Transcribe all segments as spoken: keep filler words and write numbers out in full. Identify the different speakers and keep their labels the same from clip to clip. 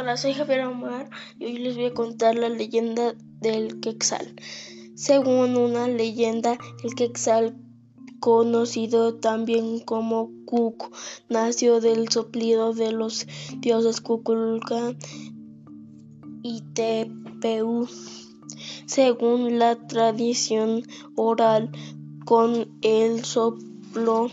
Speaker 1: Hola, soy Javier Omar y hoy les voy a contar la leyenda del Quetzal. Según una leyenda, el Quetzal, conocido también como Cuco, nació del soplido de los dioses Kukulkan y Tepeu. Según la tradición oral, con el soplo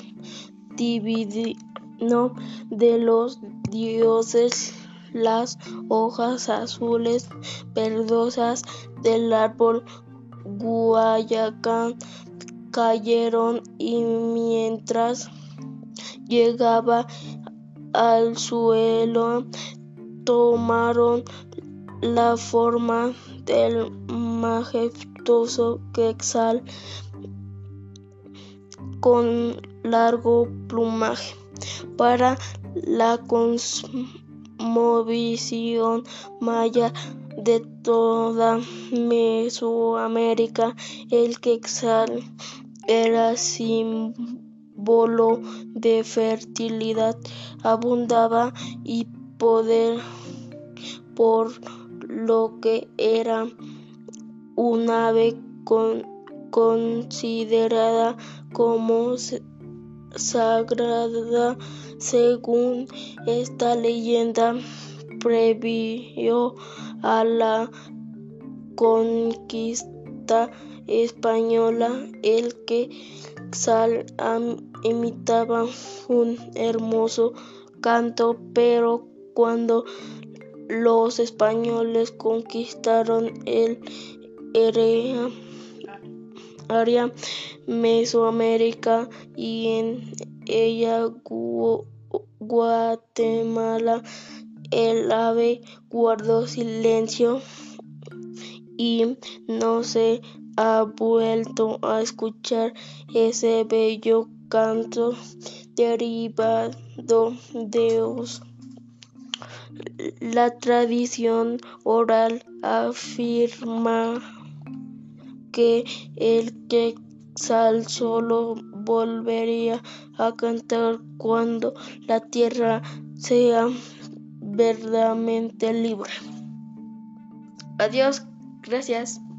Speaker 1: divino de los dioses, las hojas azules verdosas del árbol guayacán cayeron y mientras llegaba al suelo tomaron la forma del majestuoso Quetzal con largo plumaje. Para la cosmovisión maya de toda Mesoamérica, el Quetzal era símbolo de fertilidad, abundancia y poder, por lo que era un ave con, considerada como sagrada. Según esta leyenda, previo a la conquista española, el Quetzal imitaba un hermoso canto, pero cuando los españoles conquistaron el área Mesoamérica y en ella Guatemala, el ave guardó silencio y no se ha vuelto a escuchar ese bello canto derivado de os. La tradición oral afirma que el Quetzal solo volvería a cantar cuando la tierra sea verdaderamente libre. Adiós, gracias.